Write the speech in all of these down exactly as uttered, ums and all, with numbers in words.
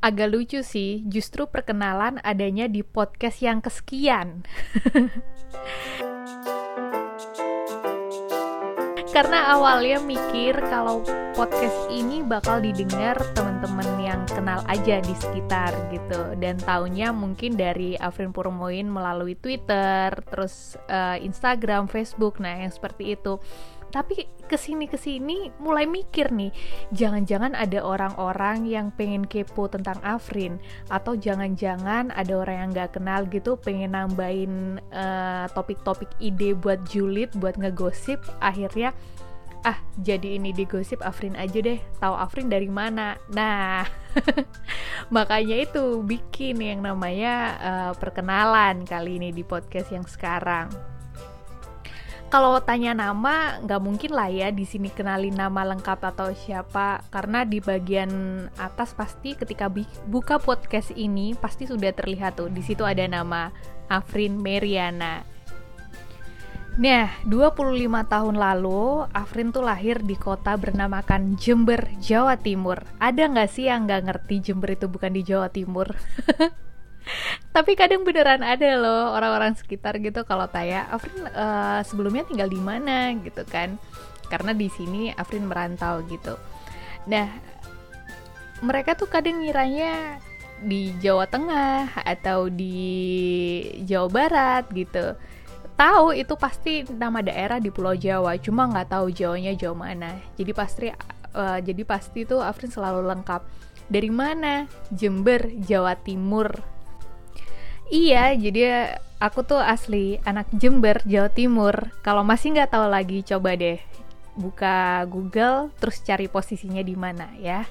Agak lucu sih, justru perkenalan adanya di podcast yang kesekian. Karena awalnya mikir kalau podcast ini bakal didengar teman-teman yang kenal aja di sekitar gitu. Dan taunya mungkin dari Afrin Purmoin melalui Twitter, terus uh, Instagram, Facebook, nah yang seperti itu. Tapi kesini-kesini mulai mikir nih, jangan-jangan ada orang-orang yang pengen kepo tentang Afrin, atau jangan-jangan ada orang yang gak kenal gitu pengen nambahin uh, topik-topik ide buat julid, buat ngegosip. Akhirnya ah jadi ini digosip Afrin aja deh, tahu Afrin dari mana. Nah makanya itu bikin yang namanya uh, perkenalan kali ini di podcast yang sekarang. Kalau tanya nama, nggak mungkin lah ya di sini kenalin nama lengkap atau siapa, karena di bagian atas pasti ketika buka podcast ini pasti sudah terlihat tuh, di situ ada nama Afrin Meriana. Nah, dua puluh lima tahun lalu Afrin tuh lahir di kota bernamakan Jember, Jawa Timur. Ada nggak sih yang nggak ngerti Jember itu bukan di Jawa Timur? Tapi kadang beneran ada loh orang-orang sekitar gitu kalau tanya, Afrin uh, sebelumnya tinggal di mana gitu kan? Karena di sini Afrin merantau gitu. Nah, mereka tuh kadang ngiranya di Jawa Tengah atau di Jawa Barat gitu. Tahu itu pasti nama daerah di Pulau Jawa, cuma nggak tahu Jawanya Jawa mana. Jadi pasti uh, jadi pasti tuh Afrin selalu lengkap. Dari mana? Jember, Jawa Timur. Iya, jadi aku tuh asli anak Jember, Jawa Timur. Kalau masih nggak tahu lagi, coba deh buka Google, terus cari posisinya di mana ya.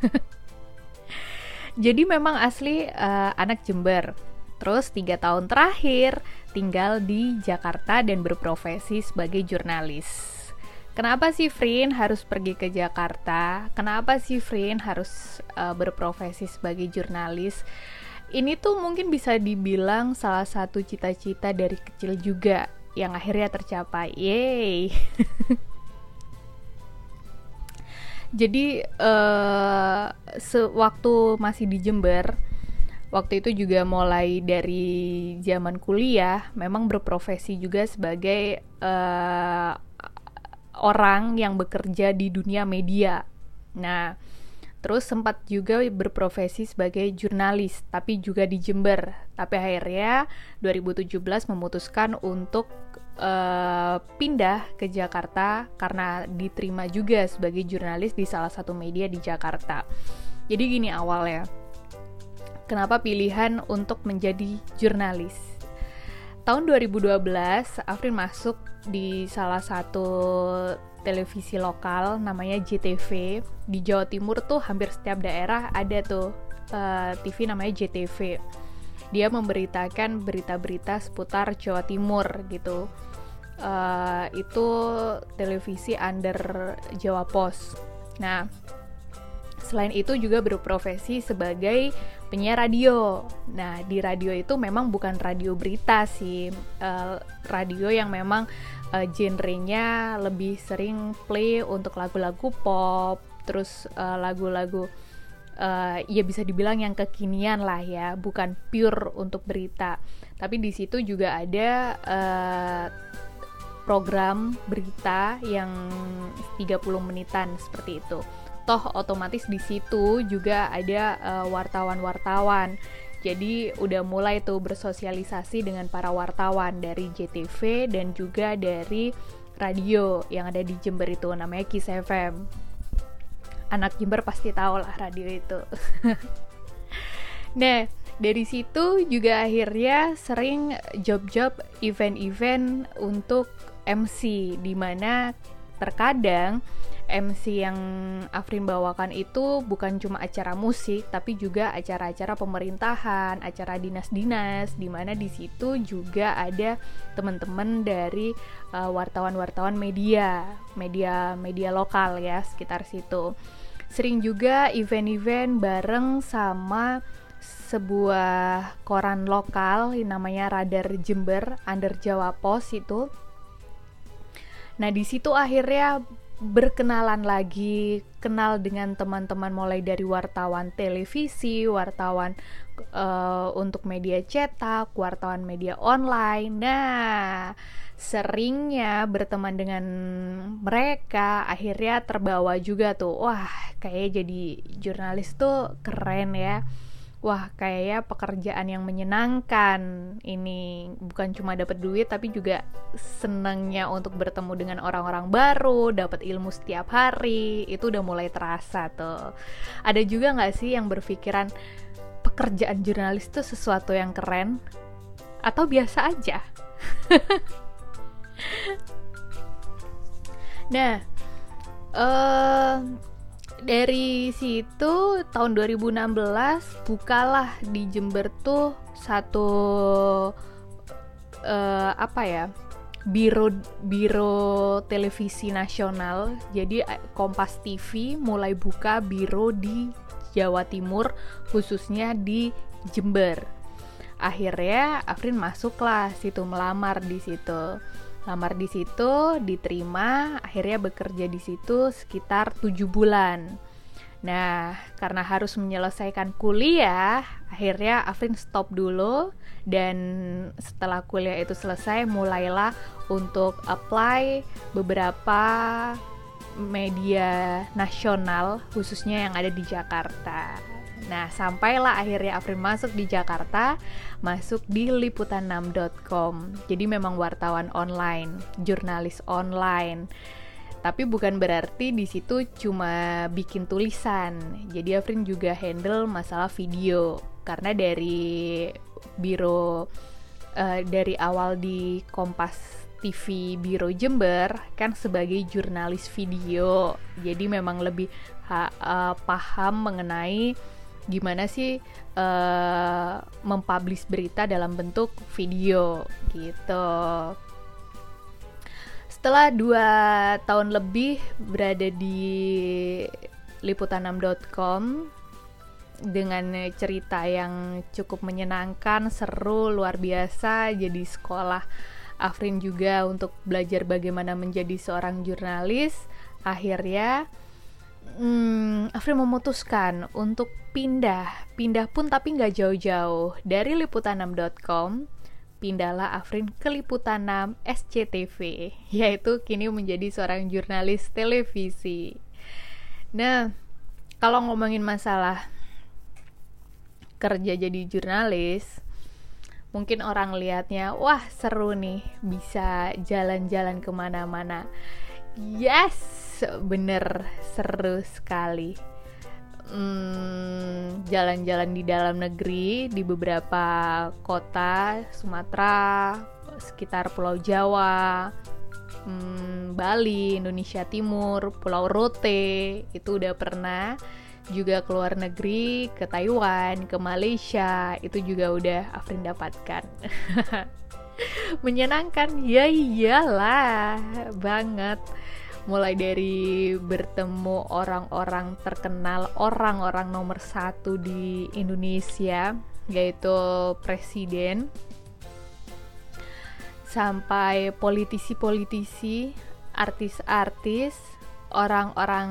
Jadi memang asli uh, anak Jember. Terus tiga tahun terakhir tinggal di Jakarta dan berprofesi sebagai jurnalis. Kenapa sih Frin harus pergi ke Jakarta? Kenapa sih Frin harus uh, berprofesi sebagai jurnalis? Ini tuh mungkin bisa dibilang salah satu cita-cita dari kecil juga yang akhirnya tercapai. Yeay. Jadi uh, sewaktu masih di Jember, waktu itu juga mulai dari zaman kuliah, memang berprofesi juga sebagai uh, orang yang bekerja di dunia media. Nah, terus sempat juga berprofesi sebagai jurnalis, tapi juga di Jember. Tapi akhirnya dua ribu tujuh belas memutuskan untuk uh, pindah ke Jakarta karena diterima juga sebagai jurnalis di salah satu media di Jakarta. Jadi gini awalnya, kenapa pilihan untuk menjadi jurnalis? Tahun dua ribu dua belas, Afrin masuk di salah satu televisi lokal namanya J T V. Di Jawa Timur tuh hampir setiap daerah ada tuh uh, T V namanya J T V. Dia memberitakan berita-berita seputar Jawa Timur gitu. Uh, itu televisi under Jawa Pos. Nah, selain itu juga berprofesi sebagai penyiar radio. Nah, di radio itu memang bukan radio berita sih, uh, radio yang memang uh, genrenya lebih sering play untuk lagu-lagu pop, terus uh, lagu-lagu uh, ya bisa dibilang yang kekinian lah ya, bukan pure untuk berita. Tapi di situ juga ada uh, program berita yang tiga puluh menitan seperti itu. Toh otomatis di situ juga ada uh, wartawan-wartawan. Jadi udah mulai tuh bersosialisasi dengan para wartawan dari J T V dan juga dari radio yang ada di Jember itu namanya Kiss F M. Anak Jember pasti tahu lah radio itu. Nah, dari situ juga akhirnya sering job-job event-event untuk M C, di mana terkadang M C yang Afrin bawakan itu bukan cuma acara musik, tapi juga acara-acara pemerintahan, acara dinas-dinas, di mana di situ juga ada teman-teman dari uh, wartawan-wartawan media, media-media lokal ya sekitar situ. Sering juga event-event bareng sama sebuah koran lokal yang namanya Radar Jember under Jawa Pos itu. Nah, di situ akhirnya berkenalan lagi, kenal dengan teman-teman mulai dari wartawan televisi, wartawan uh, untuk media cetak, wartawan media online. Nah, seringnya berteman dengan mereka akhirnya terbawa juga tuh, wah kayak jadi jurnalis tuh keren ya, wah kayaknya pekerjaan yang menyenangkan ini, bukan cuma dapat duit tapi juga senangnya untuk bertemu dengan orang-orang baru, dapat ilmu setiap hari, itu udah mulai terasa tuh. Ada juga nggak sih yang berpikiran pekerjaan jurnalis tuh sesuatu yang keren atau biasa aja? Nah, uh, dari situ tahun dua ribu enam belas bukalah di Jember tuh satu uh, apa ya, biro biro televisi nasional. Jadi Kompas T V mulai buka biro di Jawa Timur, khususnya di Jember. Akhirnya Afrin masuklah situ, melamar di situ. Lamar di situ, diterima, akhirnya bekerja di situ sekitar tujuh bulan. Nah, karena harus menyelesaikan kuliah, akhirnya Afrin stop dulu, dan setelah kuliah itu selesai, mulailah untuk apply beberapa media nasional, khususnya yang ada di Jakarta. Nah, sampailah akhirnya Afrin masuk di Jakarta, masuk di liputan enam dot com. Jadi memang wartawan online, jurnalis online. Tapi bukan berarti di situ cuma bikin tulisan. Jadi Afrin juga handle masalah video. Karena dari biro uh, dari awal di Kompas T V Biro Jember kan sebagai jurnalis video. Jadi memang lebih ha, uh, paham mengenai gimana sih uh, mempublish berita dalam bentuk video gitu. Setelah dua tahun lebih berada di liputan enam dot com dengan cerita yang cukup menyenangkan, seru, luar biasa, jadi sekolah Afrin juga untuk belajar bagaimana menjadi seorang jurnalis. Akhirnya Hmm, Afrin memutuskan untuk pindah, pindah pun tapi nggak jauh-jauh dari liputan enam dot com, pindahlah Afrin ke liputan enam S C T V, yaitu kini menjadi seorang jurnalis televisi. Nah, kalau ngomongin masalah kerja jadi jurnalis, mungkin orang lihatnya, wah seru nih, bisa jalan-jalan kemana-mana. Yes, bener, seru sekali. Hmm, jalan-jalan di dalam negeri, di beberapa kota Sumatera, sekitar Pulau Jawa, hmm, Bali, Indonesia Timur, Pulau Rote, itu udah pernah. Juga ke luar negeri, ke Taiwan, ke Malaysia, itu juga udah Afrin dapatkan. Menyenangkan, ya iyalah banget. Mulai dari bertemu orang-orang terkenal, orang-orang nomor satu di Indonesia, yaitu presiden, sampai politisi-politisi, artis-artis, orang-orang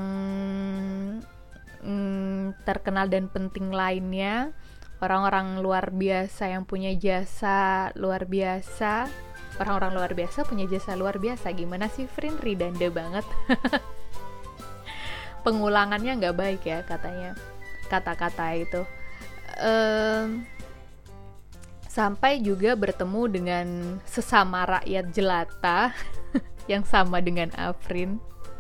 mm, terkenal dan penting lainnya, orang-orang luar biasa yang punya jasa luar biasa. Orang-orang luar biasa punya jasa luar biasa. Gimana sih, Frin? Ridanda banget. Pengulangannya nggak baik ya katanya, kata-kata itu. Um, sampai juga bertemu dengan sesama rakyat jelata yang sama dengan Afrin.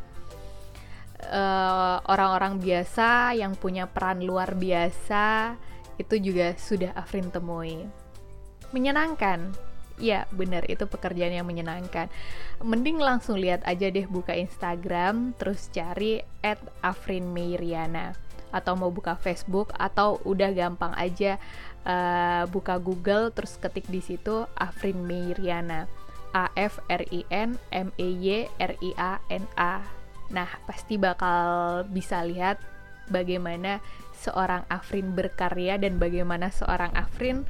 Uh, orang-orang biasa yang punya peran luar biasa, itu juga sudah Afrin temui. Menyenangkan. Ya benar, itu pekerjaan yang menyenangkan. Mending langsung lihat aja deh, buka Instagram, terus cari et afrin meiriana, atau mau buka Facebook, atau udah gampang aja uh, buka Google, terus ketik di situ Afrin Meiriana, A F R I N M E Y R I A N A. Nah, pasti bakal bisa lihat bagaimana seorang Afrin berkarya dan bagaimana seorang Afrin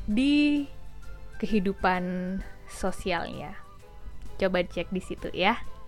di kehidupan sosialnya. Coba cek di situ ya.